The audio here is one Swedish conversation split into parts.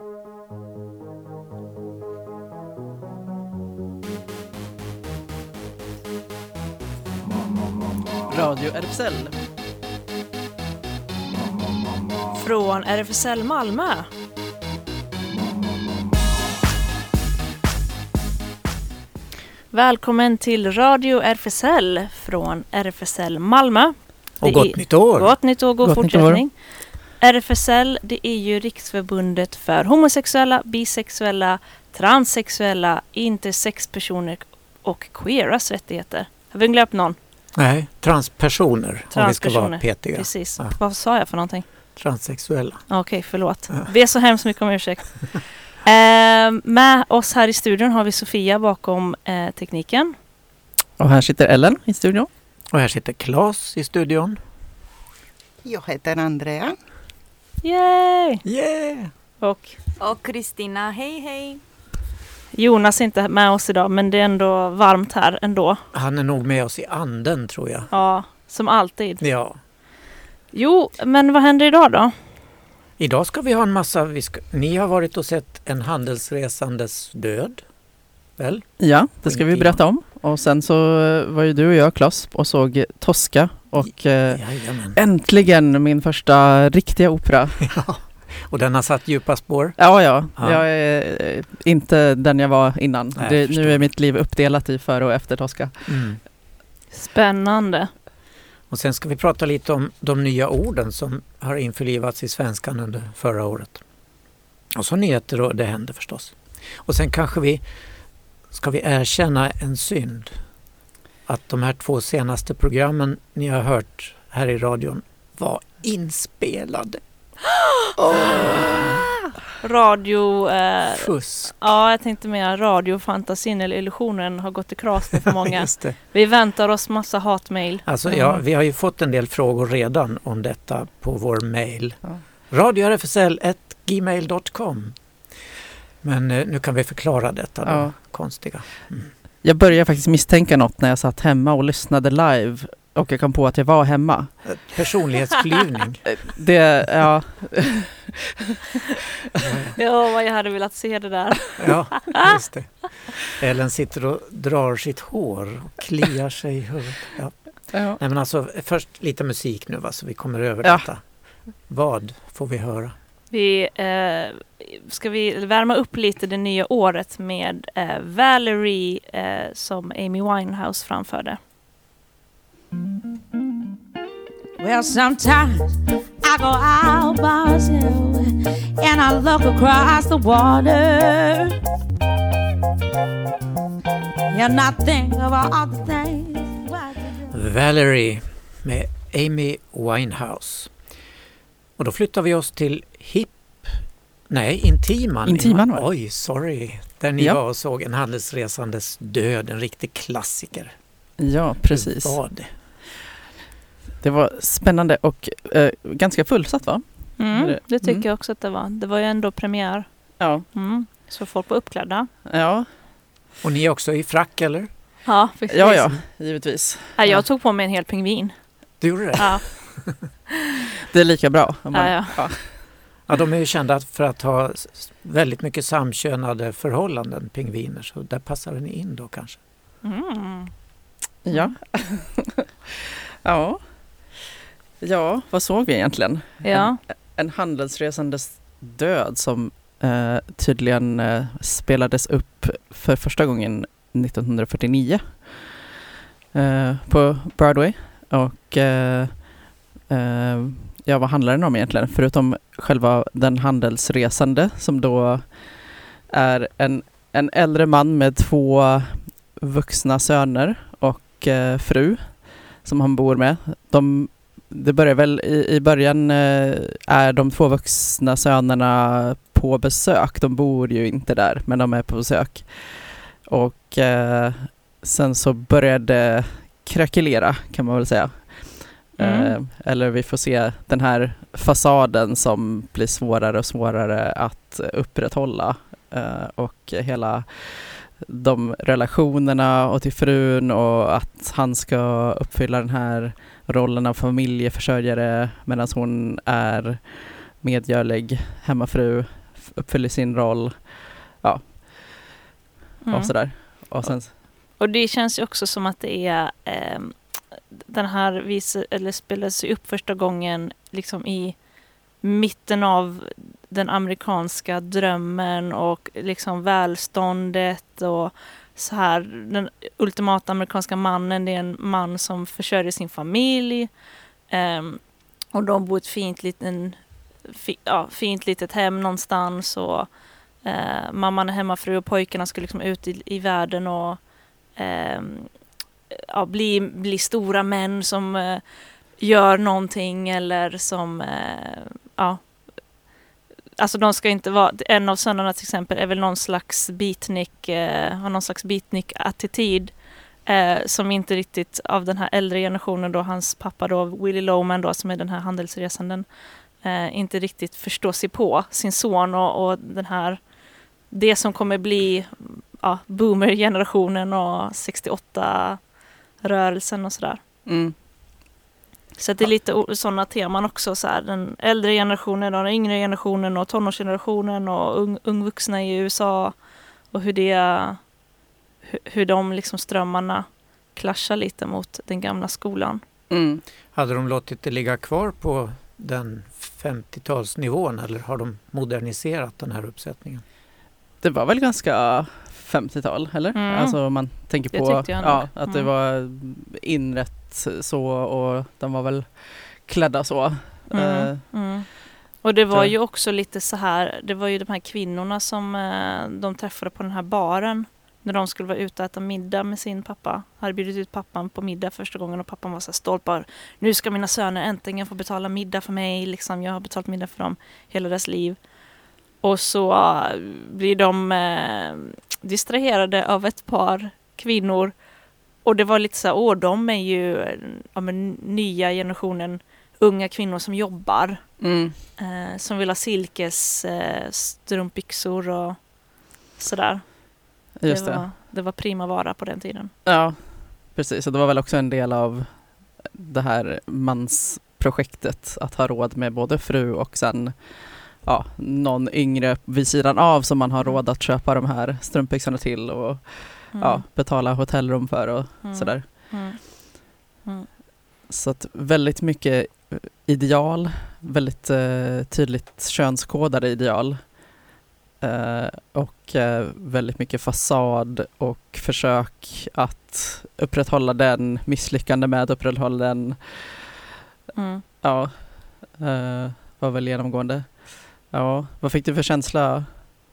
Radio RFSL. Från RFSL Malmö. Välkommen till Radio RFSL från RFSL Malmö. Och gott nytt år. Gott nytt år, god fortsättning. RFSL, det är ju Riksförbundet för homosexuella, bisexuella, transsexuella, intersexpersoner och queeras rättigheter. Har vi glömt någon? Nej, transpersoner. Om vi ska vara petiga. Precis. Ja. Vad sa jag för någonting? Transsexuella. Okej, förlåt. Be så hemskt mycket om ursäkt. Med oss här i studion har vi Sofia bakom tekniken. Och här sitter Ellen i studion. Och här sitter Claes i studion. Jag heter Andrea. Yay! Yeah! Och Kristina, hej. Jonas är inte med oss idag, men det är ändå varmt här ändå. Han är nog med oss i anden, tror jag. Ja, som alltid. Ja. Jo, men vad händer idag då? Idag ska vi ha en massa... Ni har varit och sett En handelsresandes död, väl? Ja, det ska vi berätta om. Och sen så var ju du och jag, Claes, och såg Tosca. Och äntligen min första riktiga opera. Ja, och den har satt djupa spår. Ja. Jag är inte den jag var innan. Nej, nu är mitt liv uppdelat i före och efter Tosca. Mm. Spännande. Och sen ska vi prata lite om de nya orden som har införlivats i svenskan under förra året. Och så nyheter och det händer förstås. Och sen kanske ska vi erkänna en synd. Att de här 2 senaste programmen ni har hört här i radion var inspelade. Radio... Fusk. Ja, jag tänkte mer radiofantasin eller illusionen har gått i kras med för många. Just det. Vi väntar oss massa hatmail. Alltså vi har ju fått en del frågor redan om detta på vår mail. Ja. radiorfsl@gmail.com. Men nu kan vi förklara detta då. Ja. Konstiga. Mm. Jag började faktiskt misstänka något när jag satt hemma och lyssnade live. Och jag kom på att jag var hemma. Personlighetsklyvning. Ja, vad jag hade velat se det där. Ja, just det. Ellen sitter och drar sitt hår och kliar sig i huvudet. Ja. Nej, men alltså, först lite musik nu, så vi kommer över detta. Vad får vi höra? Ska vi värma upp lite det nya året med Valerie som Amy Winehouse framförde. Well, sometimes I go out by myself and I look across the water. You're not thinking about all the things. Valerie med Amy Winehouse. Och då flyttar vi oss till Intiman. Oj, sorry. Där ni var och såg En handelsresandes död, en riktig klassiker. Ja, precis. Det var spännande och ganska fullsatt, va? Det tycker jag också att det var. Det var ju ändå premiär. Ja. Så folk var uppklädda. Ja. Och ni är också i frack, eller? Ja, precis. Ja, givetvis. Jag tog på mig en hel pingvin. Du gjorde det? Ja. Det är lika bra. Ja, de är ju kända för att ha väldigt mycket samkönade förhållanden, pingviner. Så där passar ni in då kanske. Ja. Ja, vad såg vi egentligen? Ja. En handelsresandes död som tydligen spelades upp för första gången 1949 på Broadway. Och vad handlar den om egentligen? Förutom själva den handelsresande som då är en äldre man med 2 vuxna söner och fru som han bor med. Det börjar väl i början är de 2 vuxna sönerna på besök. De bor ju inte där, men de är på besök. Och sen så började krackelera, kan man väl säga. Eller vi får se den här fasaden som blir svårare och svårare att upprätthålla. Och hela de relationerna och till frun och att han ska uppfylla den här rollen av familjeförsörjare medan hon är medgörlig hemmafru uppfyller sin roll. Ja. Och sådär. Och sen... Och det känns ju också som att det är den här spelas upp första gången liksom i mitten av den amerikanska drömmen och liksom välståndet och så här. Den ultimata amerikanska mannen, det är en man som försörjer sin familj och de bor i ett fint litet hem någonstans och mamman är hemmafru och pojkarna ska liksom ut i världen och bli stora män som gör någonting eller som alltså de ska inte vara, en av sönerna till exempel är väl någon slags beatnik-attityd som inte riktigt av den här äldre generationen då, hans pappa då, Willie Loman då, som är den här handelsresanden, inte riktigt förstår sig på sin son och den här, det som kommer bli boomer-generationen och 68-rörelsen och sådär. Så det är lite sådana teman också. Så här, den äldre generationen och den yngre generationen och tonårsgenerationen och ungvuxna i USA och hur de liksom strömmarna klaschar lite mot den gamla skolan. Hade de låtit det ligga kvar på den 50-talsnivån eller har de moderniserat den här uppsättningen? Det var väl ganska 50-tal, eller? Alltså man tänker på att det var inrätt så och de var väl klädda så. Och det var ju också lite så här, det var ju de här kvinnorna som de träffade på den här baren när de skulle vara ute och äta middag med sin pappa. Hade bjudit ut pappan på middag första gången och pappan var så här stolt bara, nu ska mina söner äntligen få betala middag för mig, liksom jag har betalat middag för dem hela deras liv. Och så blir de distraherade av ett par kvinnor. Och det var lite så här, de är ju nya generationen unga kvinnor som jobbar. Som vill ha silkes strumpbyxor och sådär. Just det var prima vara på den tiden. Ja, precis. Och det var väl också en del av det här mansprojektet att ha råd med både fru och sen någon yngre vid sidan av som man har råd att köpa de här strumpbyxorna till och betala hotellrum för och sådär. Så att väldigt mycket ideal, väldigt tydligt könskodade ideal och väldigt mycket fasad och försök att upprätthålla den, misslyckande med att upprätthålla den var väl genomgående. Ja, vad fick du för känsla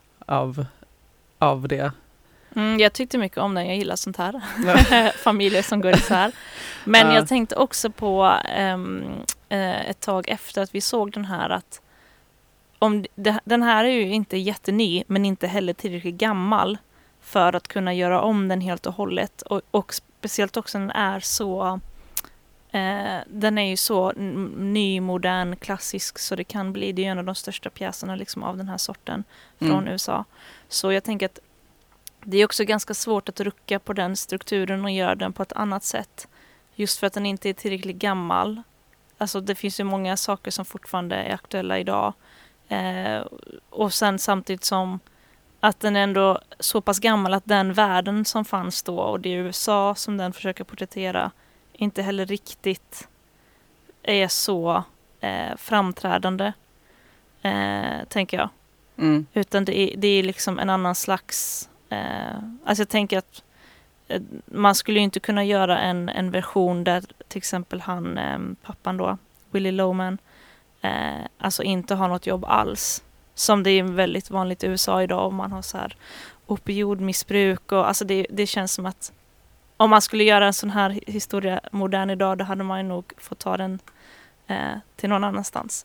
av det? Jag tyckte mycket om den. Jag gillar sånt här. Familjer som går isär. Men jag tänkte också på ett tag efter att vi såg den här att den här är ju inte jätteny men inte heller tillräckligt gammal för att kunna göra om den helt och hållet. Och speciellt också den är så den är ju så ny, modern, klassisk så det kan bli, det är en av de största pjäserna liksom av den här sorten från USA. Så jag tänker att det är också ganska svårt att rucka på den strukturen och göra den på ett annat sätt. Just för att den inte är tillräckligt gammal. Alltså det finns ju många saker som fortfarande är aktuella idag. Och sen samtidigt som att den är ändå så pass gammal att den världen som fanns då och det är USA som den försöker porträttera inte heller riktigt är så framträdande, tänker jag. Utan det är liksom en annan slags... alltså jag tänker att man skulle ju inte kunna göra en version där till exempel pappan då, Willie Loman, alltså inte har något jobb alls. Som det är väldigt vanligt i USA idag om man har så här opioidmissbruk och alltså det känns som att om man skulle göra en sån här historia modern idag, då hade man ju nog fått ta den till någon annanstans.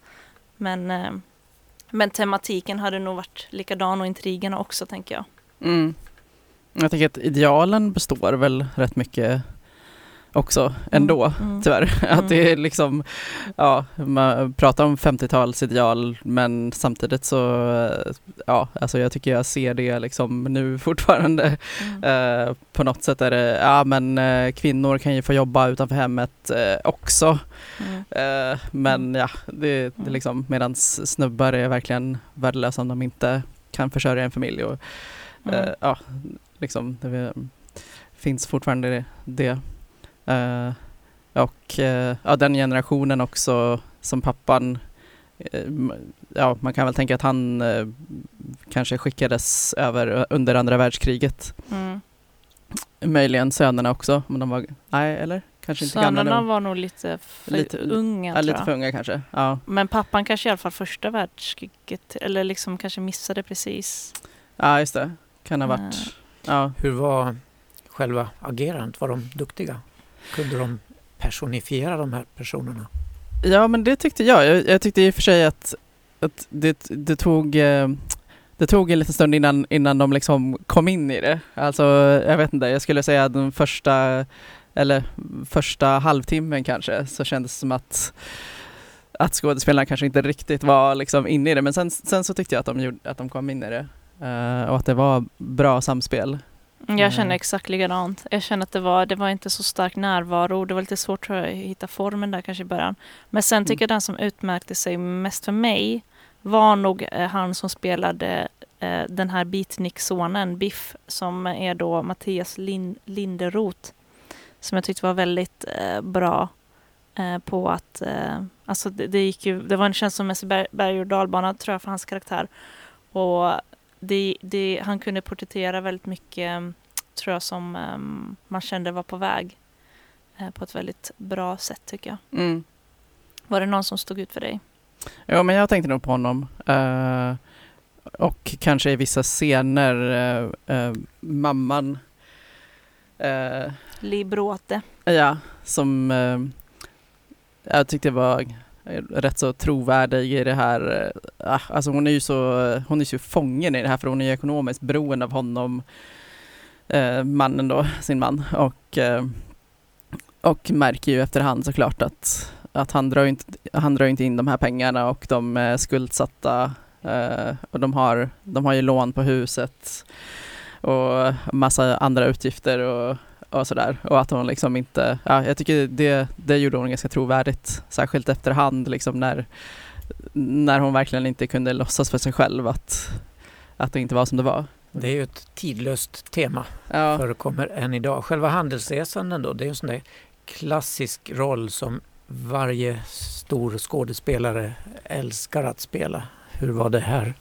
Men tematiken hade nog varit likadan och intrigerna också, tänker jag. Jag tänker att idealen består väl rätt mycket också ändå, tyvärr. Att det är liksom, ja, man pratar om 50-talsideal, men samtidigt så, ja, alltså jag tycker jag ser det liksom nu fortfarande. På något sätt är det, ja men kvinnor kan ju få jobba utanför hemmet också. Men ja, det är liksom, medans snubbar är verkligen värdelösa om de inte kan försörja en familj. Och ja, liksom det finns fortfarande det. Och ja, den generationen också som pappan, ja, man kan väl tänka att han kanske skickades över under andra världskriget. Möjligen sönerna också, men de var, nej, eller? Kanske inte gamla. Sönerna var nog lite för unga, ja, lite för unga kanske. Ja. Men pappan kanske i alla fall första världskriget, eller liksom kanske missade precis. Ja, just det. Kan ha varit. Ja. Hur var själva agerandet? Var de duktiga? Kunde de personifiera de här personerna? Ja, men det tyckte jag. Jag tyckte i och för sig att det tog en liten stund innan de liksom kom in i det. Alltså, jag vet inte, jag skulle säga den första halvtimmen kanske, så kändes det som att skådespelarna kanske inte riktigt var liksom inne i det. Men sen så tyckte jag att de kom in i det. Och att det var bra samspel. Jag känner exakt likadant. Jag känner att det var inte så stark närvaro. Det var lite svårt, tror jag, att hitta formen där kanske i början. Men sen tycker jag den som utmärkte sig mest för mig var nog han som spelade den här beatnik-sonen Biff, som är då Mattias Linderoth, som jag tyckte var väldigt bra på att alltså det var en känslomässig berg- och dalbana, tror jag, för hans karaktär. Och han kunde porträttera väldigt mycket, tror jag, som man kände var på väg på ett väldigt bra sätt, tycker jag. Var det någon som stod ut för dig? Ja, men jag tänkte nog på honom. Och kanske i vissa scener mamman Libråte. Ja, som jag tyckte var rätt så trovärdig i det här. Alltså hon är ju så fången i det här, för hon är ju ekonomiskt beroende av honom, mannen då, sin man, och märker ju efterhand såklart att han drar inte in de här pengarna, och de är skuldsatta, och de har ju lån på huset och massa andra utgifter och sådär, och att hon liksom inte, ja, jag tycker det gjorde hon ganska trovärdigt, särskilt efterhand liksom, när hon verkligen inte kunde låtsas för sig själv att det inte var som det var. Det är ju ett tidlöst tema, förekommer än idag. Själva handelsresan då, det är ju en sån där klassisk roll som varje stor skådespelare älskar att spela. Hur var det här?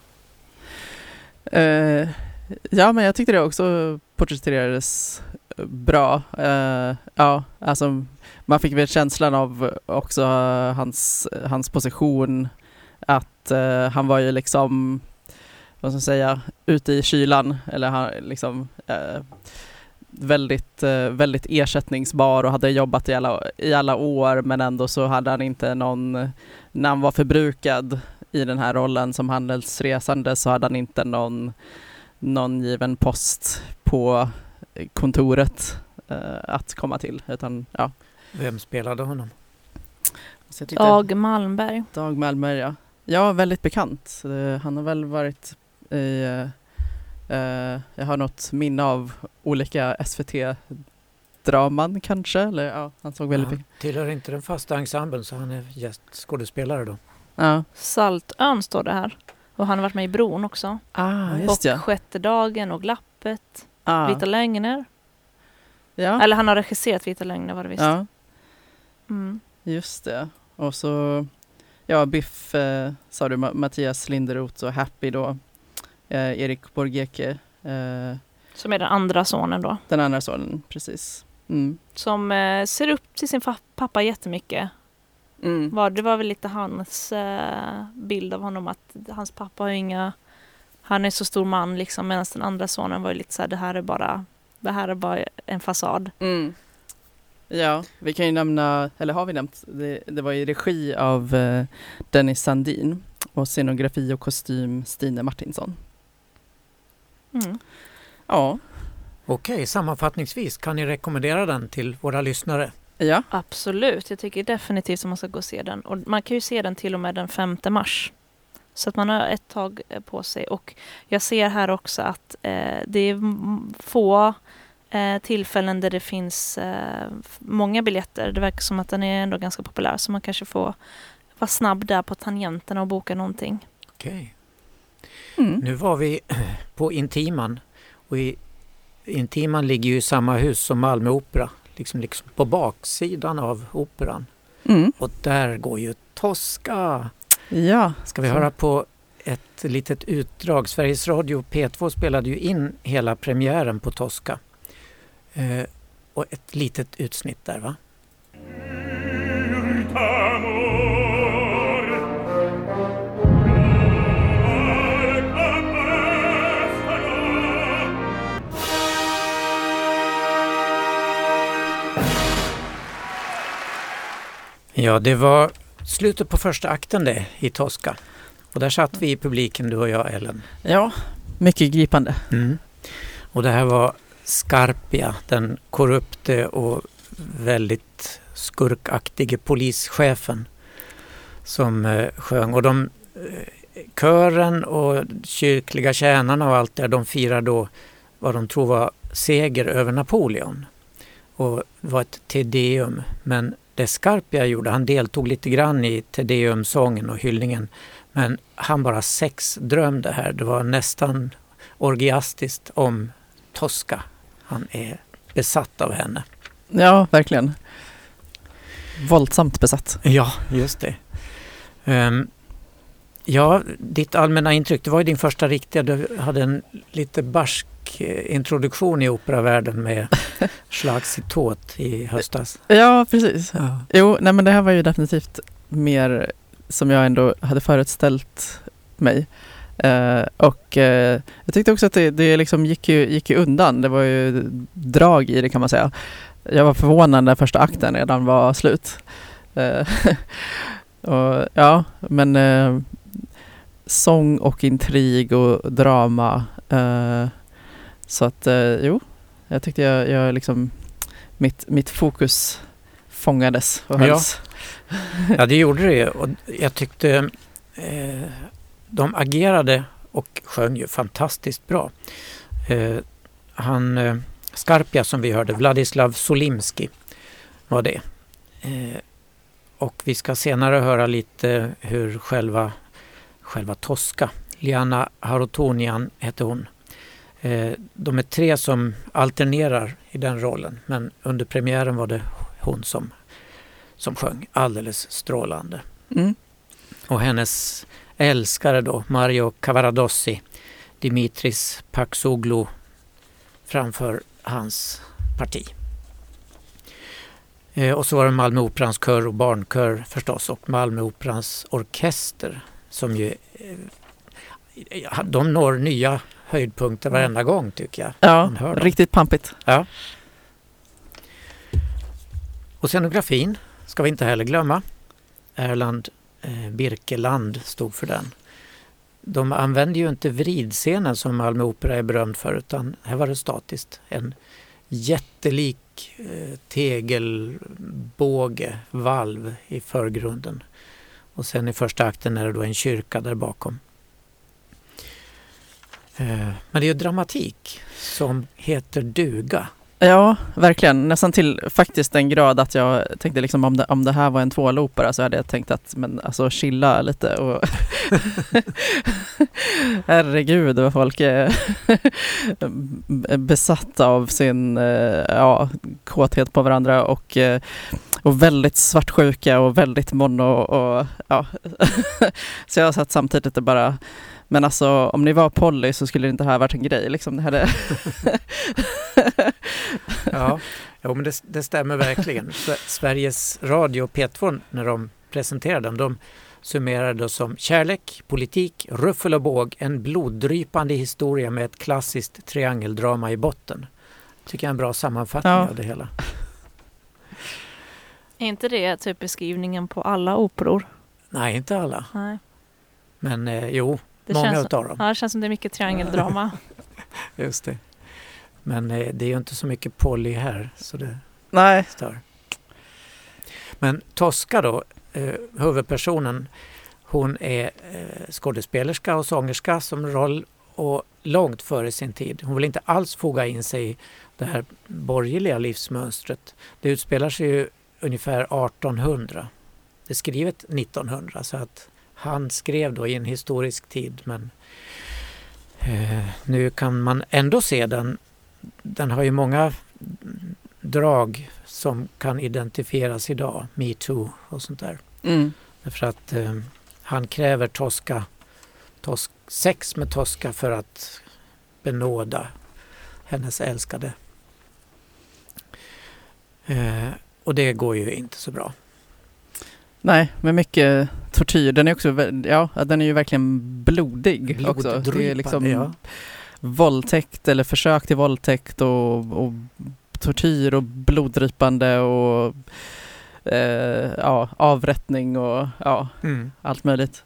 Ja, men jag tyckte det också porträtterades bra. Ja, alltså man fick väl känslan av också hans position, att han var ju liksom, vad ska jag säga, ute i kylan, eller han liksom väldigt ersättningsbar, och hade jobbat i alla år, men ändå så hade han inte när han var förbrukad i den här rollen som handelsresande, så hade han inte någon given post på kontoret att komma till, utan ja. Vem spelade honom? Dag Malmberg. Dag Malmberg, ja. Ja, väldigt bekant. Han har väl varit i jag har något minne av olika SVT-draman kanske, eller ja, han såg väldigt tillhör inte den fasta ensemblen, så han är gästskådespelare då. Ja. Saltön står det här. Och han har varit med i Bron också. Just och Sjätte dagen och Glappet. Vita lögner. Ja. Eller han har regisserat Vita lögner, var det visst. Ja. Just det. Och så Biff, sa du, Mattias Linderoth, och Happy då. Erik Borgeke. Som är den andra sonen då. Den andra sonen, precis. Som ser upp till sin pappa jättemycket. Det var väl lite hans bild av honom, att hans pappa har han är så stor man liksom, medan den andra sonen var ju lite så här, det här är bara en fasad. Ja, vi kan ju nämna, eller har vi nämnt, det var i regi av Dennis Sandin och scenografi och kostym Stine Martinsson. Ja. Okej, sammanfattningsvis kan ni rekommendera den till våra lyssnare? Ja. Absolut, jag tycker definitivt att man ska gå och se den. Och man kan ju se den till och med den 5 mars. Så att man har ett tag på sig. Och jag ser här också att det är få tillfällen där det finns många biljetter. Det verkar som att den är ändå ganska populär. Så man kanske får vara snabb där på tangenterna och boka någonting. Okej. Nu var vi på Intiman. Och Intiman ligger ju i samma hus som Malmö Opera. Liksom på baksidan av operan. Och där går ju Tosca. Ja. Ska vi höra på ett litet utdrag? Sveriges Radio P2 spelade ju in hela premiären på Tosca. Och ett litet utsnitt där, va? Ja, det var slutet på första akten det i Tosca. Och där satt vi i publiken, du och jag, Ellen. Ja, mycket gripande. Och det här var Scarpia, den korrupte och väldigt skurkaktige polischefen som sjöng. Och kören och kyrkliga tjänarna och allt där, de firar då vad de tror var seger över Napoleon. Och det var ett Tedeum, men det Scarpia gjorde, han deltog lite grann i Tedeum-sången och hyllningen, men han bara sexdrömde här. Det var nästan orgiastiskt om Tosca. Han är besatt av henne. Ja, verkligen. Våldsamt besatt. Ja, just det. Ja, ditt allmänna intryck, det var ju din första riktiga, du hade en lite barsk introduktion i operavärlden med Schlagsitot i höstas. Ja, precis. Ja. Jo, nej, men det här var ju definitivt mer som jag ändå hade förutställt mig. Och jag tyckte också att det liksom gick ju undan. Det var ju drag i det, kan man säga. Jag var förvånad när första akten redan var slut. Och, ja, men sång och intrig och drama. Så att jo, jag tyckte jag liksom mitt fokus fångades och hölls. Ja, det gjorde det. Och jag tyckte de agerade och sjöng ju fantastiskt bra. Scarpia som vi hörde, Vladislav Solimski var det. Och vi ska senare höra lite hur själva Tosca, Liana Harutonian hette hon. De är 3 som alternerar i den rollen, men under premiären var det hon som sjöng alldeles strålande. Och hennes älskare då, Mario Cavaradossi, Dimitris Paxoglu framför hans parti. Och så var det Malmö Operans kör och barnkör förstås, och Malmö Operans orkester som ju de når nya höjdpunkter varenda gång, tycker jag. Ja, riktigt pampigt. Ja. Och scenografin ska vi inte heller glömma. Erland Birkeland stod för den. De använde ju inte vridscenen som Malmö Opera är berömd för, utan här var det statiskt. En jättelik tegelbåge, valv i förgrunden. Och sen i första akten är det då en kyrka där bakom. Men det är ju dramatik som heter duga. Ja, verkligen. Nästan till faktiskt en grad att jag tänkte liksom om det här var en tvålopera så hade jag tänkt att chilla lite och herregud vad folk är besatta av sin kåthet på varandra och väldigt svartsjuka och väldigt mono och ja. Så jag har satt samtidigt det bara. Men alltså, om ni var Polly så skulle det inte här varit en grej. Liksom, det hade ja, men det stämmer verkligen. Sveriges Radio P2, när de presenterade den, de summerade det som kärlek, politik, ruffel och båg, en bloddrypande historia med ett klassiskt triangeldrama i botten. Tycker jag är en bra sammanfattning av det hela. Är inte det typ beskrivningen på alla operor? Nej, inte alla. Nej. Men jo, det många känns, utav dem. Ja, det känns som det är mycket triangeldrama. Just det. Men det är ju inte så mycket Polly här, så det Nej. stör. Men Tosca då, huvudpersonen, hon är skådespelerska och sångerska som roll och långt före sin tid. Hon vill inte alls foga in sig i det här borgerliga livsmönstret. Det utspelar sig ju ungefär 1800. Det är skrivet 1900 så att han skrev då i en historisk tid, men nu kan man ändå se den. Den har ju många drag som kan identifieras idag, Me Too och sånt där. Därför att han kräver sex med Tosca för att benåda hennes älskade. Och det går ju inte så bra. Nej, men mycket tortyr. Den är också, den är ju verkligen blodig också. Det är liksom våldtäkt eller försök till våldtäkt och tortyr och bloddrypande och avrättning och allt möjligt.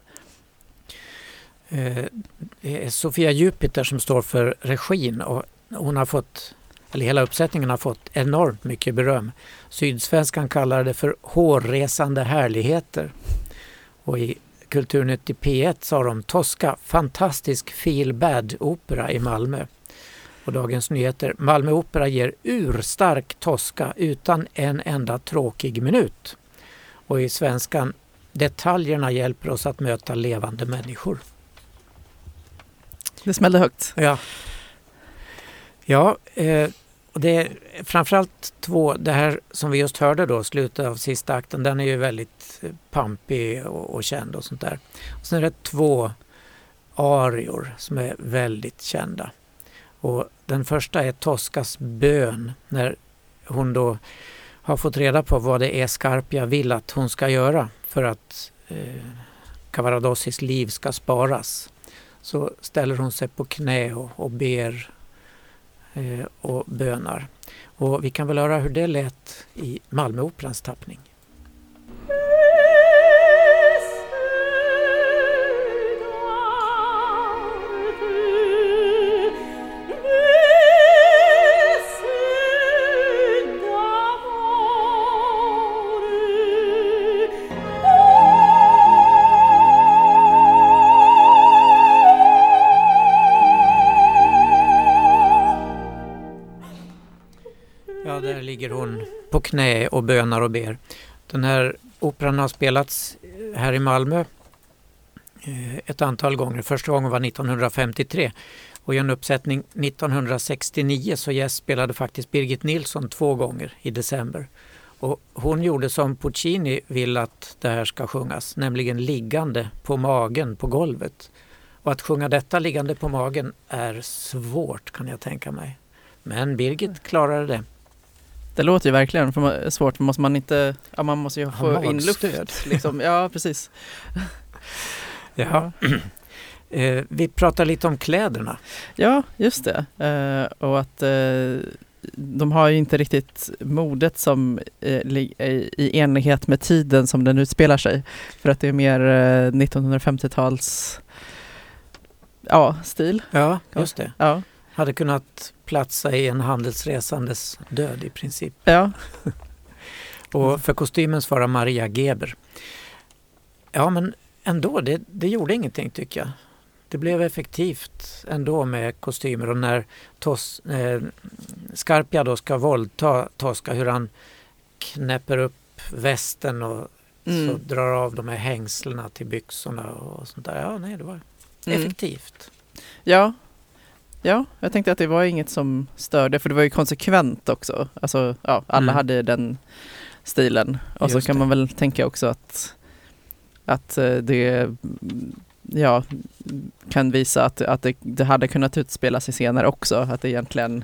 Det är Sofia Jupiter som står för regin och hon har fått, eller hela uppsättningen har fått enormt mycket beröm. Sydsvenskan kallar det för hårresande härligheter. Och i Kulturnytt i P1 sa de Tosca, fantastisk feel-bad-opera i Malmö. Och Dagens Nyheter, Malmö Opera ger urstark Tosca utan en enda tråkig minut. Och i Svenskan, detaljerna hjälper oss att möta levande människor. Det smällde högt. Ja, och det är framförallt det här som vi just hörde då, slutet av sista akten, den är ju väldigt pampig och känd och sånt där. Och sen är det 2 arior som är väldigt kända. Och den första är Toscas bön, när hon då har fått reda på vad det är Scarpia vill att hon ska göra för att Cavaradossis liv ska sparas. Så ställer hon sig på knä och ber och bönar. Och vi kan väl höra hur det lät i Malmö Operans tappning. Där ligger hon på knä och bönar och ber. Den här operan har spelats här i Malmö ett antal gånger. Första gången var 1953 och i en uppsättning 1969 så gästspelade faktiskt Birgit Nilsson 2 gånger i december. Och hon gjorde som Puccini vill att det här ska sjungas, nämligen liggande på magen på golvet. Och att sjunga detta liggande på magen är svårt, kan jag tänka mig. Men Birgit klarade det. Det låter ju verkligen svårt. Måste man inte, man måste ju få in luft. Liksom. Ja, precis. Ja. Vi pratar lite om kläderna. Ja, just det. Och att de har ju inte riktigt modet som i enlighet med tiden som den utspelar sig. För att det är mer 1950-tals stil. Ja, just det. Ja. Hade kunnat platsa i en handelsresandes död i princip. Ja. Och för kostymen svarar Maria Geber. Ja, men ändå, det gjorde ingenting tycker jag. Det blev effektivt ändå med kostymer. Och när Scarpia då ska våldta Tosca, hur han knäpper upp västen och så drar av de här hängslena till byxorna och sånt där. Ja, nej, det var effektivt. Ja, jag tänkte att det var inget som störde, för det var ju konsekvent också. Alltså, alla hade den stilen. Och just så kan man väl tänka också att det kan visa att det hade kunnat utspela sig senare också. Att det egentligen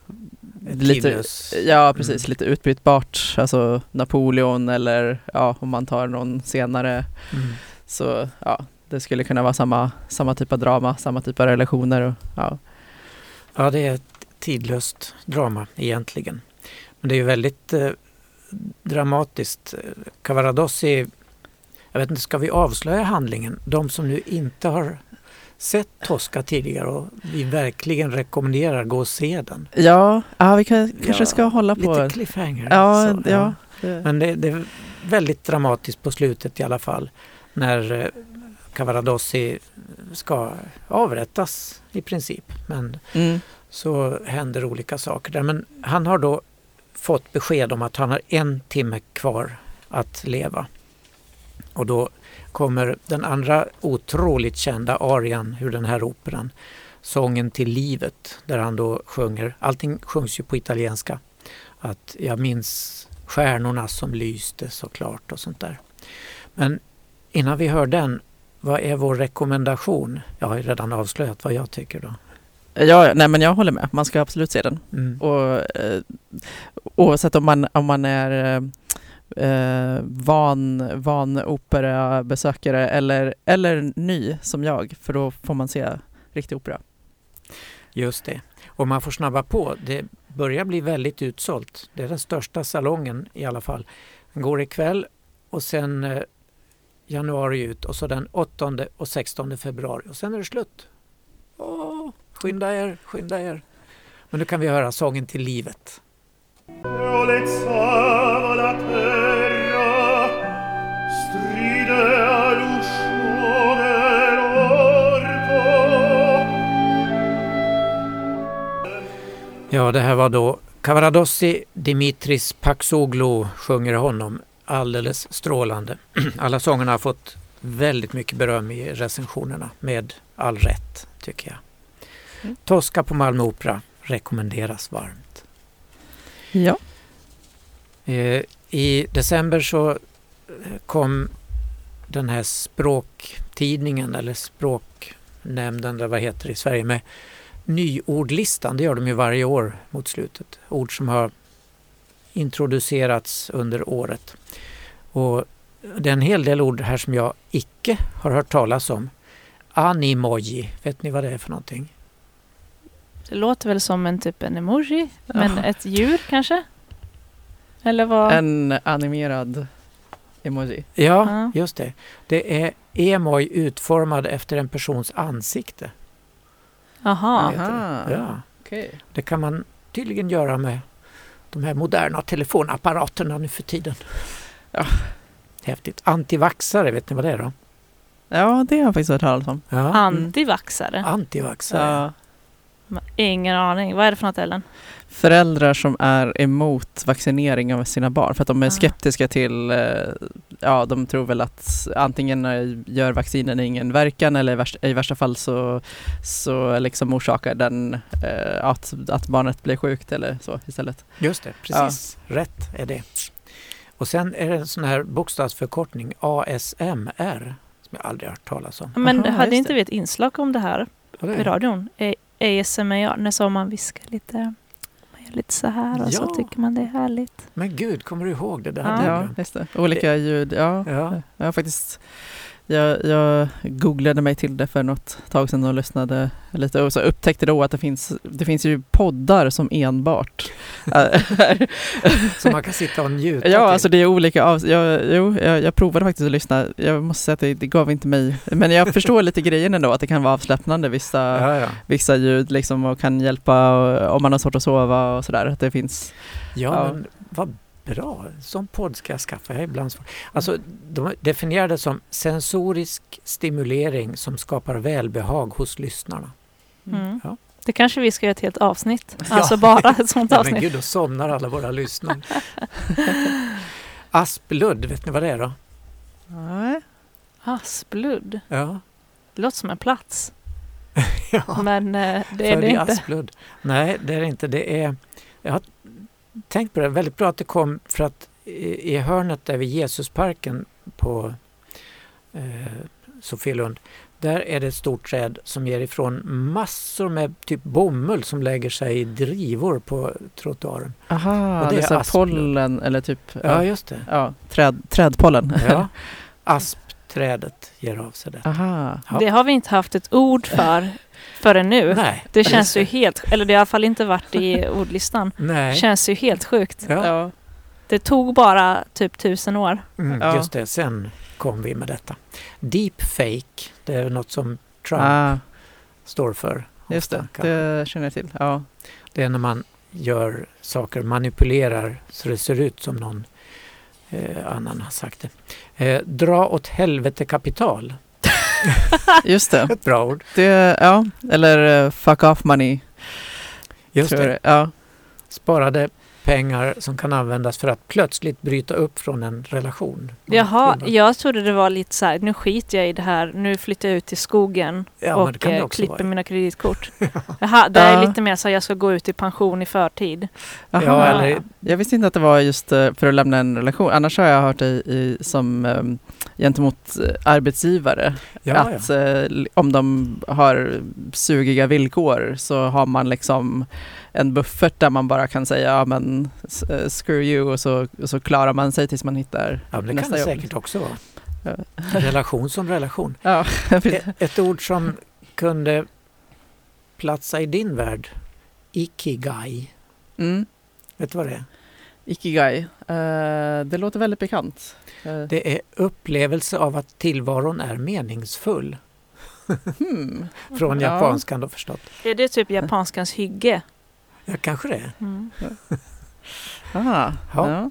lite utbytbart. Alltså Napoleon eller om man tar någon senare. Så det skulle kunna vara samma typ av drama, samma typ av relationer. Ja, det är ett tidlöst drama egentligen. Men det är ju väldigt dramatiskt. Cavaradossi, jag vet inte, ska vi avslöja handlingen? De som nu inte har sett Tosca tidigare och vi verkligen rekommenderar gå och se den. Ja, vi kanske ska hålla på lite cliffhanger. Ja. Men väldigt dramatiskt på slutet i alla fall. När Cavaradossi ska avrättas i princip. Men så händer olika saker där. Men han har då fått besked om att han har 1 timme kvar att leva. Och då kommer den andra otroligt kända arian ur den här operan, Sången till livet, där han då sjunger, allting sjungs ju på italienska, att jag minns stjärnorna som lyste såklart och sånt där. Men innan vi hör den, vad är vår rekommendation? Jag har ju redan avslöjat vad jag tycker då. Ja, nej, men jag håller med. Man ska absolut se den. Och oavsett om man är van operabesökare eller ny som jag, för då får man se riktig opera. Just det. Och man får snabba på. Det börjar bli väldigt utsålt. Det är den största salongen i alla fall. Den går ikväll och sen januari ut och så den 8 och 16 februari. Och sen är det slut. Skynda er. Men nu kan vi höra Sången till livet. Ja, det här var då Cavaradossi, Dimitris Paxoglu sjunger honom alldeles strålande. Alla sångerna har fått väldigt mycket beröm i recensionerna, med all rätt tycker jag. Tosca på Malmö Opera rekommenderas varmt. Ja. I december så kom den här språktidningen eller språknämnden eller vad heter det i Sverige med nyordlistan. Det gör de ju varje år mot slutet. Ord som har introducerats under året. Och det är en hel del ord här som jag icke har hört talas om. Animoji, vet ni vad det är för någonting? Det låter väl som en emoji, men ett djur kanske? Eller vad? En animerad emoji. Ja, just det. Det är emoj utformad efter en persons ansikte. Aha. Ja. Okay. Det kan man tydligen göra med de här moderna telefonapparaterna nu för tiden. Ja. Häftigt. Antivaxare, vet ni vad det är då? Ja, det har jag faktiskt hört talas om. Ja. Antivaxare? Antivaxare. Ja. Ingen aning. Vad är det för något, Ellen? Föräldrar som är emot vaccinering av sina barn för att de är skeptiska till, de tror väl att antingen gör vaccinen ingen verkan eller i värsta fall så liksom orsakar den att barnet blir sjukt eller så istället. Just det, precis. Ja. Rätt är det. Och sen är det en sån här bokstavsförkortning, ASMR, som jag aldrig har hört talas om. Men hade inte vi ett inslag om det här i radion? ASMR, när man viskar lite så här och så tycker man det är härligt. Men gud, kommer du ihåg det? Ja, just det. Olika ljud. Ja, faktiskt. Jag googlade mig till det för något tag sedan och lyssnade lite och så upptäckte då att det finns ju poddar som enbart så man kan sitta och njuta. Ja, alltså det är olika jag provade faktiskt att lyssna. Jag måste säga att det gav inte mig, men jag förstår lite grejen ändå, att det kan vara avslappnande vissa ljud liksom, och kan hjälpa om man har svårt att sova och sådär, att det finns. Men vad bra, som podd ska jag skaffa. Jag är ibland svår. Alltså, de definierar det som sensorisk stimulering som skapar välbehag hos lyssnarna. Ja. Det kanske vi ska göra ett helt avsnitt. Alltså bara ett sånt avsnitt. Men gud, då somnar alla våra lyssnare. Asplödd, vet ni vad det är då? Nej. Asplödd? Ja. Det låter som en plats. Men det är det inte. Asplödd. Nej, det är det inte. Det är... Jag har tänkt på det. Väldigt bra att det kom, för att i hörnet där vid Jesusparken på Sofielund, där är det ett stort träd som ger ifrån massor med typ bomull som lägger sig i drivor på trottoaren. Aha, och det är så pollen eller typ... Ja, just det. Ja, trädpollen. Ja, aspträdet ger av sig det. Aha. Ja. Det har vi inte haft ett ord förrän nu. Nej. Det känns ju helt... Eller det har i alla fall inte varit i ordlistan. Nej. Känns ju helt sjukt. Ja. Det tog bara typ 1000 år. Just det, sen kom vi med detta. Deepfake, det är något som Trump står för. Just det känner jag till. Ja. Det är när man gör saker, manipulerar så det ser ut som någon Annan har sagt det. Dra åt helvete kapital. Just det. Ett bra ord. Ja, eller fuck off money. Just det. Ja. Sparade pengar som kan användas för att plötsligt bryta upp från en relation. Jaha, jag trodde det var lite så här, nu skiter jag i det här, nu flyttar jag ut till skogen och klipper mina kreditkort. Jaha, det är lite mer så att jag ska gå ut i pension i förtid. Ja, eller, jag visste inte att det var just för att lämna en relation. Annars har jag hört det som gentemot arbetsgivare. Att om de har sugiga villkor så har man liksom en buffert där man bara kan säga ja men screw you och så klarar man sig tills man hittar nästa jobb. Det kan det säkert också vara. Relation som relation. Ja. Ett ord som kunde platsa i din värld, ikigai. Vet du vad det är? Ikigai. Det låter väldigt bekant. Det är upplevelse av att tillvaron är meningsfull. Från japanskan då förstått. Är det typ japanskans hygge? Ja, kanske det. Aha, ja.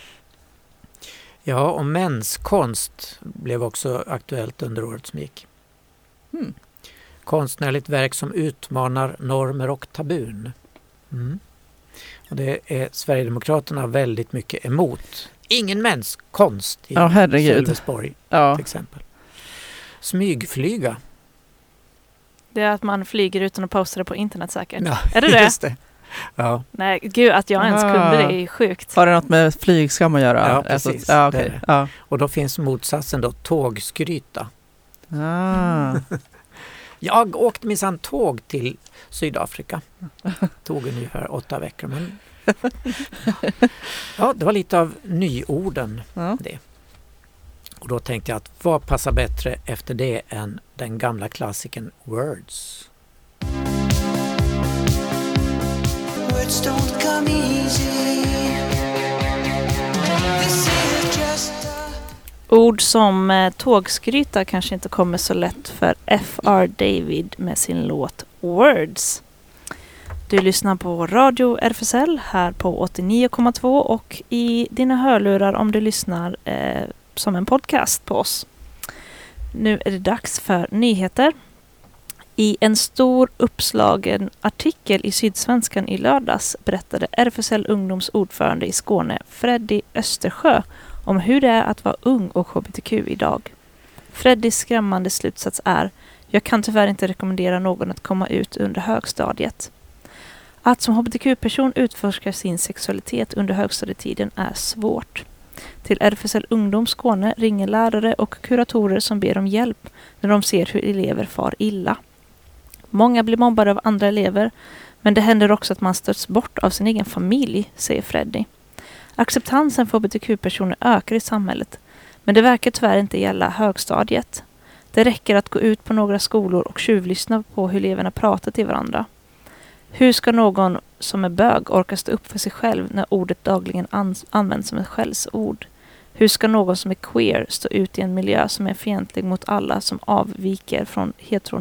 Ja, och menskonst blev också aktuellt under året som gick. Konstnärligt verk som utmanar normer och tabun. Och det är Sverigedemokraterna väldigt mycket emot. Ingen menskonst i Sölvesborg till exempel. Smygflyga. Det är att man flyger utan att posta det på internet säkert. Ja, är det det? Just det. Ja. Nej, gud att jag ens kunde det är sjukt. Har det något med flygskam att göra? Ja, precis. Okay. Ja. Och då finns motsatsen då, tågskryta. Jag åkte minsann tåg till Sydafrika. Tog ungefär 8 veckor. Men ja, det var lite av nyorden det. Och då tänkte jag att vad passar bättre efter det än den gamla klassiken Words. Words don't come easy. This is just ord som tågskryta kanske inte kommer så lätt för F.R. David med sin låt Words. Du lyssnar på Radio RFSL här på 89,2 och i dina hörlurar om du lyssnar som en podcast på oss. Nu är det dags för nyheter. I en stor uppslagen artikel i Sydsvenskan i lördags berättade RFSL Ungdoms ordförande i Skåne, Freddy Östersjö, om hur det är att vara ung och hbtq idag. Freddys skrämmande slutsats är: jag kan tyvärr inte rekommendera någon att komma ut under högstadiet. Att som hbtq-person utforska sin sexualitet under högstadietiden är svårt. Till RFSL Ungdom Skåne ringer lärare och kuratorer som ber om hjälp när de ser hur elever far illa. Många blir mobbade av andra elever, men det händer också att man stöts bort av sin egen familj, säger Freddy. Acceptansen för hbtq-personer ökar i samhället, men det verkar tyvärr inte gälla högstadiet. Det räcker att gå ut på några skolor och tjuvlyssna på hur eleverna pratar till varandra. Hur ska någon som är bög orka stå upp för sig själv när ordet dagligen används som ett skällsord? Hur ska någon som är queer stå ut i en miljö som är fientlig mot alla som avviker från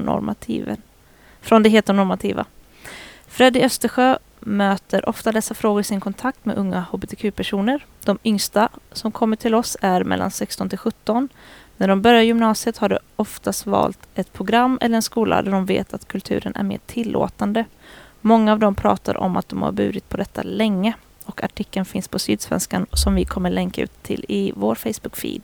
det heteronormativa? Freddy Östersjö möter ofta dessa frågor i sin kontakt med unga hbtq-personer. De yngsta som kommer till oss är mellan 16 till 17. När de börjar gymnasiet har de oftast valt ett program eller en skola där de vet att kulturen är mer tillåtande. Många av dem pratar om att de har burit på detta länge, och artikeln finns på Sydsvenskan som vi kommer länka ut till i vår Facebook-feed.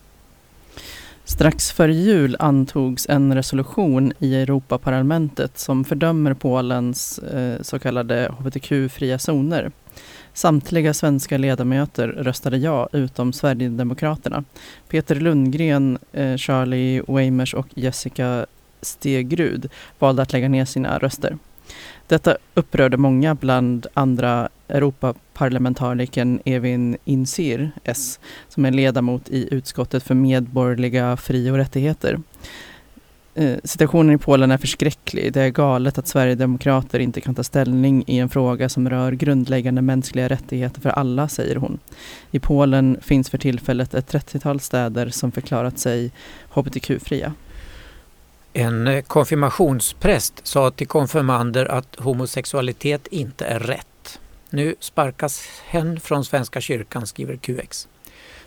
Strax före jul antogs en resolution i Europaparlamentet som fördömer Polens så kallade hbtq-fria zoner. Samtliga svenska ledamöter röstade ja utom Sverigedemokraterna. Peter Lundgren, Charlie Weimers och Jessica Stegrud valde att lägga ner sina röster. Detta upprörde många, bland andra Europaparlamentarikern Evin Insir, S, som är ledamot i utskottet för medborgerliga fri- och rättigheter. Situationen i Polen är förskräcklig. Det är galet att Sverigedemokrater inte kan ta ställning i en fråga som rör grundläggande mänskliga rättigheter för alla, säger hon. I Polen finns för tillfället ett 30-tal städer som förklarat sig hbtq-fria. En konfirmationspräst sa till konfirmander att homosexualitet inte är rätt. Nu sparkas hen från Svenska kyrkan, skriver QX.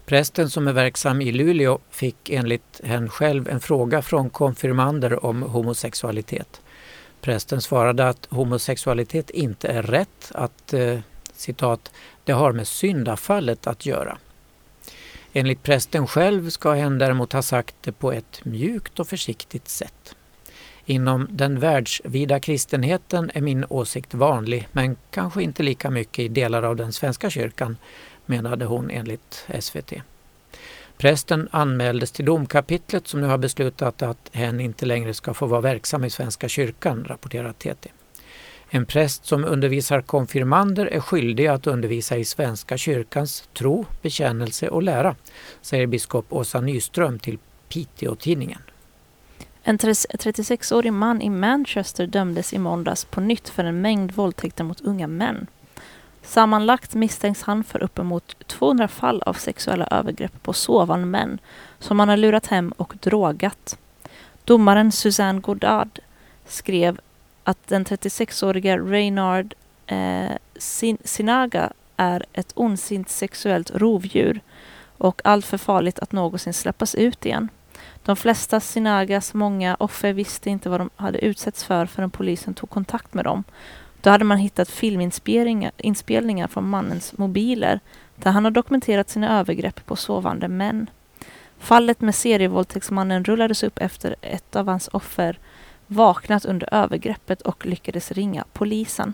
Prästen som är verksam i Luleå fick enligt henne själv en fråga från konfirmander om homosexualitet. Prästen svarade att homosexualitet inte är rätt, att citat, det har med syndafallet att göra. Enligt prästen själv ska hen däremot ha sagt det på ett mjukt och försiktigt sätt. Inom den världsvida kristenheten är min åsikt vanlig, men kanske inte lika mycket i delar av den svenska kyrkan, menade hon enligt SVT. Prästen anmäldes till domkapitlet som nu har beslutat att hen inte längre ska få vara verksam i Svenska kyrkan, rapporterar TT. En präst som undervisar konfirmander är skyldig att undervisa i Svenska kyrkans tro, bekännelse och lära, säger biskop Åsa Nyström till Piteå-tidningen. En 36-årig man i Manchester dömdes i måndags på nytt för en mängd våldtäkter mot unga män. Sammanlagt misstänks han för uppemot 200 fall av sexuella övergrepp på sovande män som han har lurat hem och drogat. Domaren Suzanne Goddard skrev att den 36-åriga Reynard Sinaga är ett ondsint sexuellt rovdjur och allt för farligt att någonsin släppas ut igen. De flesta Sinagas många offer visste inte vad de hade utsätts för förrän polisen tog kontakt med dem. Då hade man hittat filminspelningar från mannens mobiler där han har dokumenterat sina övergrepp på sovande män. Fallet med serievåldtäktsmannen rullades upp efter ett av hans offer vaknat under övergreppet och lyckades ringa polisen.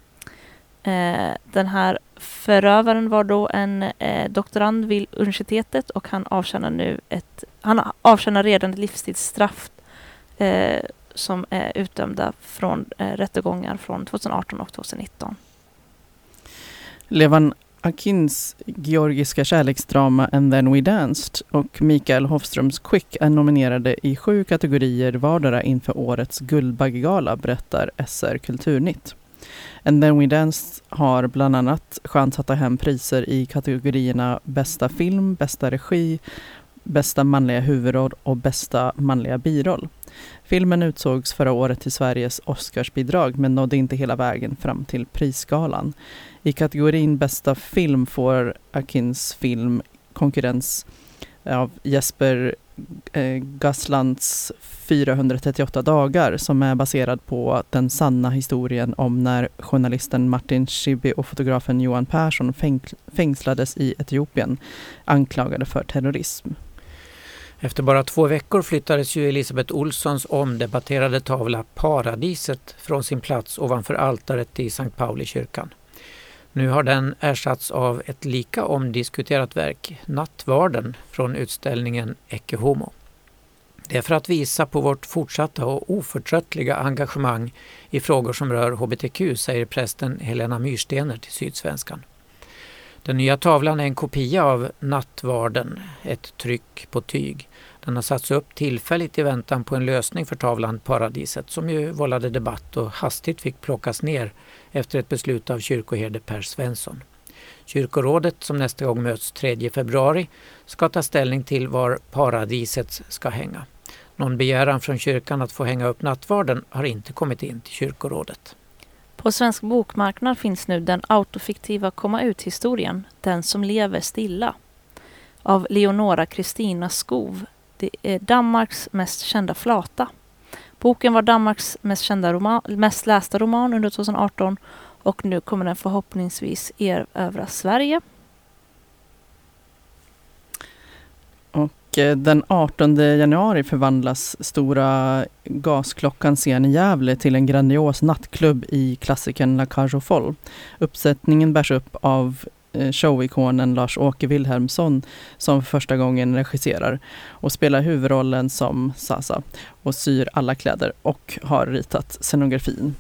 Den här förövaren var då en doktorand vid universitetet och han avtjänar redan ett livstidsstraff som är utdömda från rättegångar från 2018 och 2019. Levan Akins georgiska kärleksdrama And Then We Danced och Mikael Hofströms Quick är nominerade i 7 kategorier vardera inför årets Guldbaggegala, berättar SR Kulturnytt. And Then We Danced har bland annat chans att ta hem priser i kategorierna bästa film, bästa regi, bästa manliga huvudroll och bästa manliga biroll. Filmen utsågs förra året till Sveriges Oscarsbidrag men nådde inte hela vägen fram till prisgalan. I kategorin bästa film får Akins film konkurrens av Jesper Gaslands 438 dagar som är baserad på den sanna historien om när journalisten Martin Schibbye och fotografen Johan Persson fängslades i Etiopien anklagade för terrorism. Efter bara 2 veckor flyttades ju Elisabeth Olssons omdebatterade tavla Paradiset från sin plats ovanför altaret i Sankt Pauli-kyrkan. Nu har den ersatts av ett lika omdiskuterat verk, Nattvarden, från utställningen Ecce Homo. Det är för att visa på vårt fortsatta och oförtröttliga engagemang i frågor som rör HBTQ, säger prästen Helena Myrstener till Sydsvenskan. Den nya tavlan är en kopia av Nattvarden, ett tryck på tyg. Den har satts upp tillfälligt i väntan på en lösning för tavlan Paradiset som ju vållade debatt och hastigt fick plockas ner efter ett beslut av kyrkoherde Per Svensson. Kyrkorådet som nästa gång möts 3 februari ska ta ställning till var Paradiset ska hänga. Någon begäran från kyrkan att få hänga upp Nattvarden har inte kommit in till kyrkorådet. På svensk bokmarknad finns nu den autofiktiva komma ut-historien Den som lever stilla av Leonora Kristina Skov. Det är Danmarks mest kända flata. Boken var Danmarks mest lästa roman under 2018 och nu kommer den förhoppningsvis erövra Sverige. Och den 18 januari förvandlas stora gasklockan-scen i Gävle till en grandios nattklubb i klassikern La Cage aux Folles. Uppsättningen bärs upp av showikonen Lars-Åke Wilhelmsson som för första gången regisserar och spelar huvudrollen som Sasa och syr alla kläder och har ritat scenografin.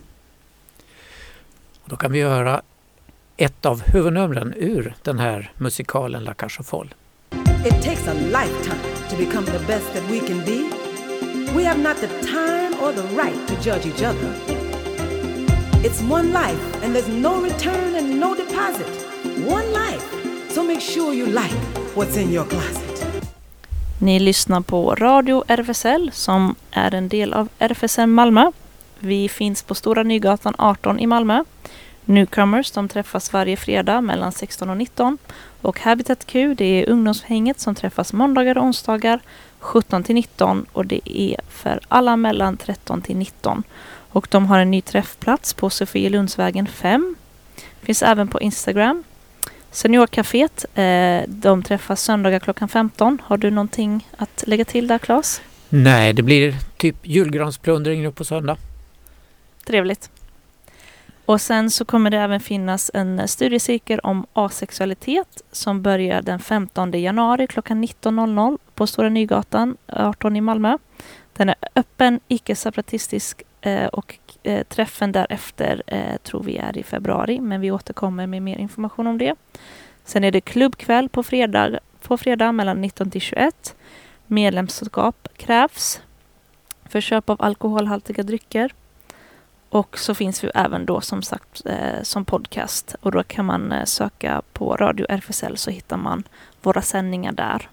Då kan vi göra ett av huvudnumren ur den här musikalen La Cage aux Folles. It takes a lifetime to become the best that we can be. We have not the time or the right to judge each other. It's one life and there's no return and no deposit. One life. So make sure you like what's in your closet. Ni lyssnar på Radio RFSL som är en del av RFSL Malmö. Vi finns på Stora Nygatan 18 i Malmö. Newcomers, de träffas varje fredag mellan 16 och 19. Och Habitat Q, det är ungdomshänget som träffas måndagar och onsdagar 17 till 19 och det är för alla mellan 13 till 19. Och de har en ny träffplats på Sofielundsvägen 5. Finns även på Instagram. Seniorcaféet, de träffas söndagar klockan 15. Har du någonting att lägga till där, Claes? Nej, det blir typ julgransplundring nu på söndag. Trevligt. Och sen så kommer det även finnas en studiecirkel om asexualitet som börjar den 15 januari klockan 19.00 på Stora Nygatan 18 i Malmö. Den är öppen, icke-separatistisk och träffen därefter tror vi är i februari, men vi återkommer med mer information om det. Sen är det klubbkväll på fredag mellan 19 till 21. Medlemskap krävs för köp av alkoholhaltiga drycker. Och så finns vi även då som sagt som podcast och då kan man söka på Radio RFSL så hittar man våra sändningar där.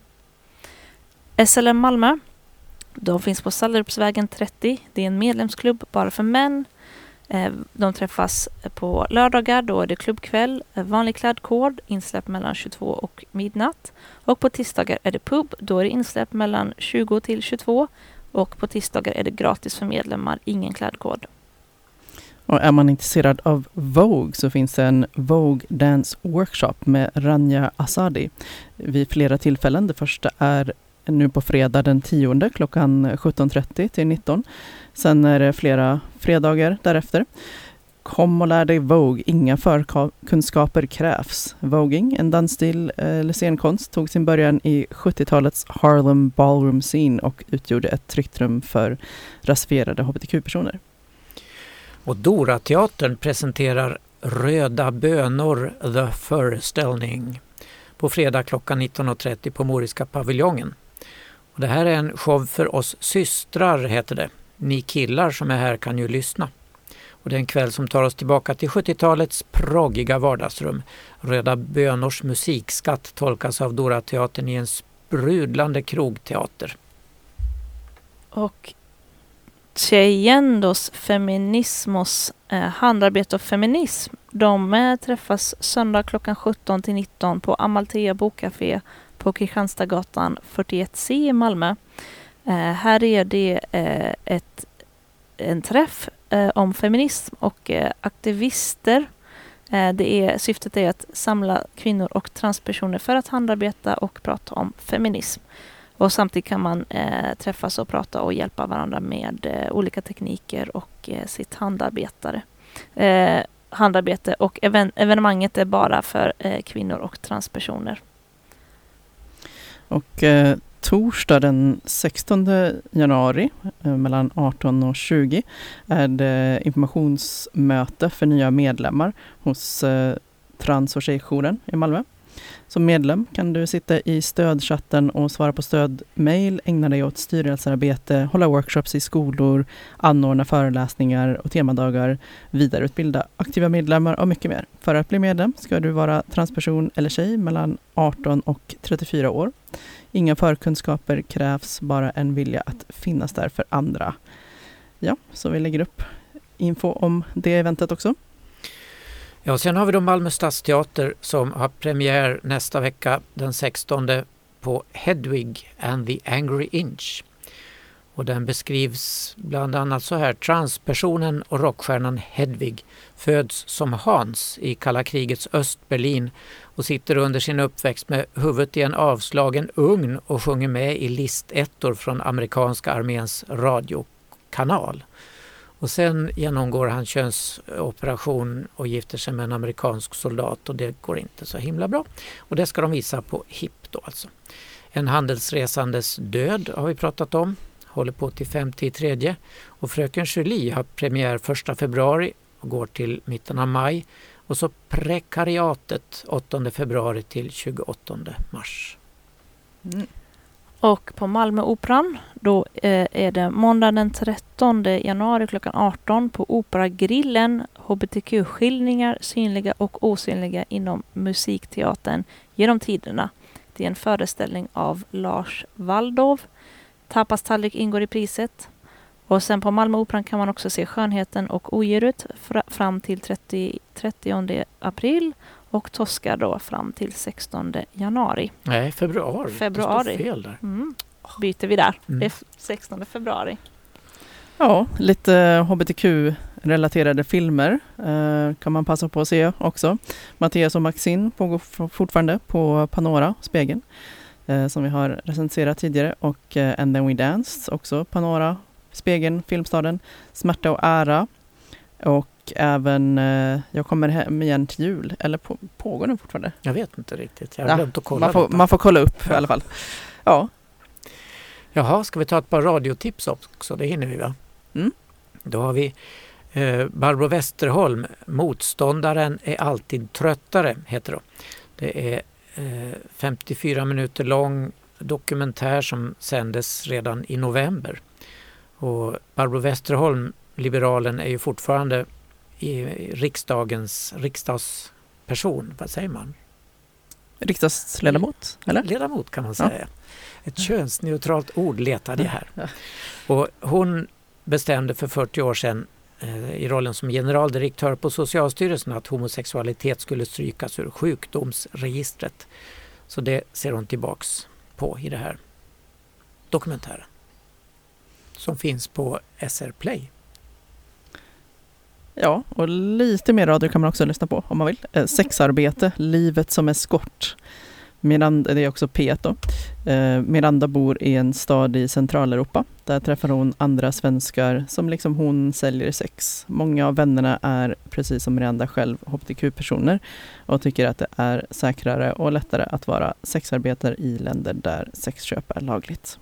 SLM Malmö, de finns på Sallerupsvägen 30. Det är en medlemsklubb bara för män. De träffas på lördagar, då är det klubbkväll, vanlig klädkod, insläpp mellan 22 och midnatt. Och på tisdagar är det pub, då är det insläpp mellan 20 till 22. Och på tisdagar är det gratis för medlemmar, ingen klädkod. Och är man intresserad av Vogue så finns det en Vogue Dance Workshop med Rania Asadi vid flera tillfällen. Det första är nu på fredag den 10 klockan 17.30 till 19. Sen är det flera fredagar därefter. Kom och lär dig Vogue, inga förkunskaper krävs. Voguing, en dansstil eller scenkonst, tog sin början i 70-talets Harlem Ballroom Scene och utgjorde ett tryggt rum för rasifierade hbtq-personer. Och Dora-teatern presenterar Röda bönor, The Föreställning på fredag klockan 19.30 på Moriska paviljongen. Och det här är en show för oss systrar, heter det. Ni killar som är här kan ju lyssna. Och det är en kväll som tar oss tillbaka till 70-talets proggiga vardagsrum. Röda bönors musikskatt tolkas av Dora-teatern i en sprudlande krogteater. Och Tjejendos Feminismos handarbete och feminism, de träffas söndag klockan 17 till 19 på Amalthea Bokcafé på Kristianstadsgatan 41C i Malmö. Här är det en träff om feminism och aktivister. Syftet är att samla kvinnor och transpersoner för att handarbeta och prata om feminism. Och samtidigt kan man träffas och prata och hjälpa varandra med olika tekniker och sitt handarbete. Och evenemanget är bara för kvinnor och transpersoner. Och torsdag den 16 januari mellan 18 och 20 är det informationsmöte för nya medlemmar hos trans- och tjejjouren i Malmö. Som medlem kan du sitta i stödchatten och svara på stödmail, ägna dig åt styrelsearbete, hålla workshops i skolor, anordna föreläsningar och temadagar, vidareutbilda aktiva medlemmar och mycket mer. För att bli medlem ska du vara transperson eller tjej mellan 18 och 34 år. Inga förkunskaper krävs, bara en vilja att finnas där för andra. Ja, så vi lägger upp info om det eventet också. Ja, sen har vi då Malmö stadsteater som har premiär nästa vecka den 16 på Hedwig and the Angry Inch. Och den beskrivs bland annat så här: transpersonen och rockstjärnan Hedwig föds som Hans i kalla krigets Östberlin och sitter under sin uppväxt med huvudet i en avslagen ugn och sjunger med i listettor från amerikanska arméns radiokanal. Och sen genomgår han könsoperation och gifter sig med en amerikansk soldat och det går inte så himla bra. Och det ska de visa på HIP då alltså. En handelsresandes död har vi pratat om. Håller på till 5/3. Och Fröken Julie har premiär 1 februari och går till mitten av maj. Och så Prekariatet 8 februari till 28 mars. Mm. Och på Malmöoperan då är det måndag den 13 januari klockan 18 på Operagrillen, hbtq-skildringar synliga och osynliga inom musikteatern genom tiderna. Det är en föreställning av Lars Waldorf. Tapastallrik ingår i priset. Och sen på Malmö Operan kan man också se Skönheten och Odjuret fram till 30 april och Tosca då fram till 16 januari. Nej, februari. Februari. Det står fel där. Byter vi där. Det är 16 februari. Ja, lite hbtq-relaterade filmer kan man passa på att se också. Mattias och Maxine pågår fortfarande på Panora, Spegeln, som vi har recenserat tidigare. Och And Then We Danced, också Panora, Spegeln, Filmstaden. Smärta och ära. Och även Jag kommer hem igen till jul. Eller pågår den fortfarande? Jag vet inte riktigt. Jag har glömt att kolla. Man får kolla upp i alla fall. Ja. Jaha, ska vi ta ett par radiotips också? Det hinner vi, va? Då har vi Barbro Westerholm, Motståndaren är alltid tröttare, heter det. Det är 54 minuter lång dokumentär som sändes redan i november. Och Barbro Westerholm, liberalen, är ju fortfarande i riksdagsperson, vad säger man? Riksdagsledamot, eller? Ledamot kan man säga. Ett könsneutralt ord letade jag här. Och hon bestämde för 40 år sedan i rollen som generaldirektör på Socialstyrelsen att homosexualitet skulle strykas ur sjukdomsregistret. Så det ser hon tillbaks på i det här dokumentären. Som finns på SR Play. Ja, och lite mer radio kan man också lyssna på om man vill. Sexarbete, livet som eskort. Miranda, det är också P1 då. Miranda bor i en stad i Centraleuropa. Där träffar hon andra svenskar som liksom hon säljer sex. Många av vännerna är, precis som Miranda själv, hbtq-personer och tycker att det är säkrare och lättare att vara sexarbetare i länder där sexköp är lagligt.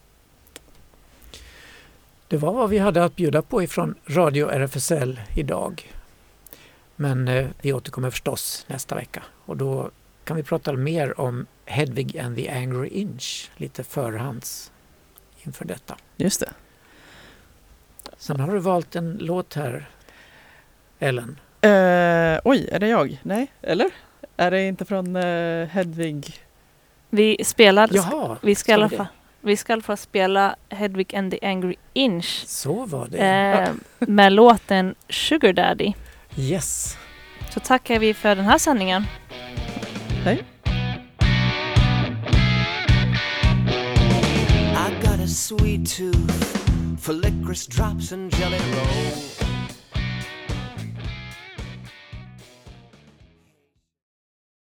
Det var vad vi hade att bjuda på ifrån Radio RFSL idag. Men vi återkommer förstås nästa vecka. Och då kan vi prata mer om Hedvig and the Angry Inch lite förhands inför detta. Just det. Sen har du valt en låt här, Ellen. Oj, är det jag? Nej, eller? Är det inte från Hedvig? Vi spelar... Jaha, vi ska få spela Hedvig and the Angry Inch. Så var det. Med låten Sugar Daddy. Yes. Så tackar vi för den här sändningen. Hej. I got a sweet tooth for licorice drops and jelly roll.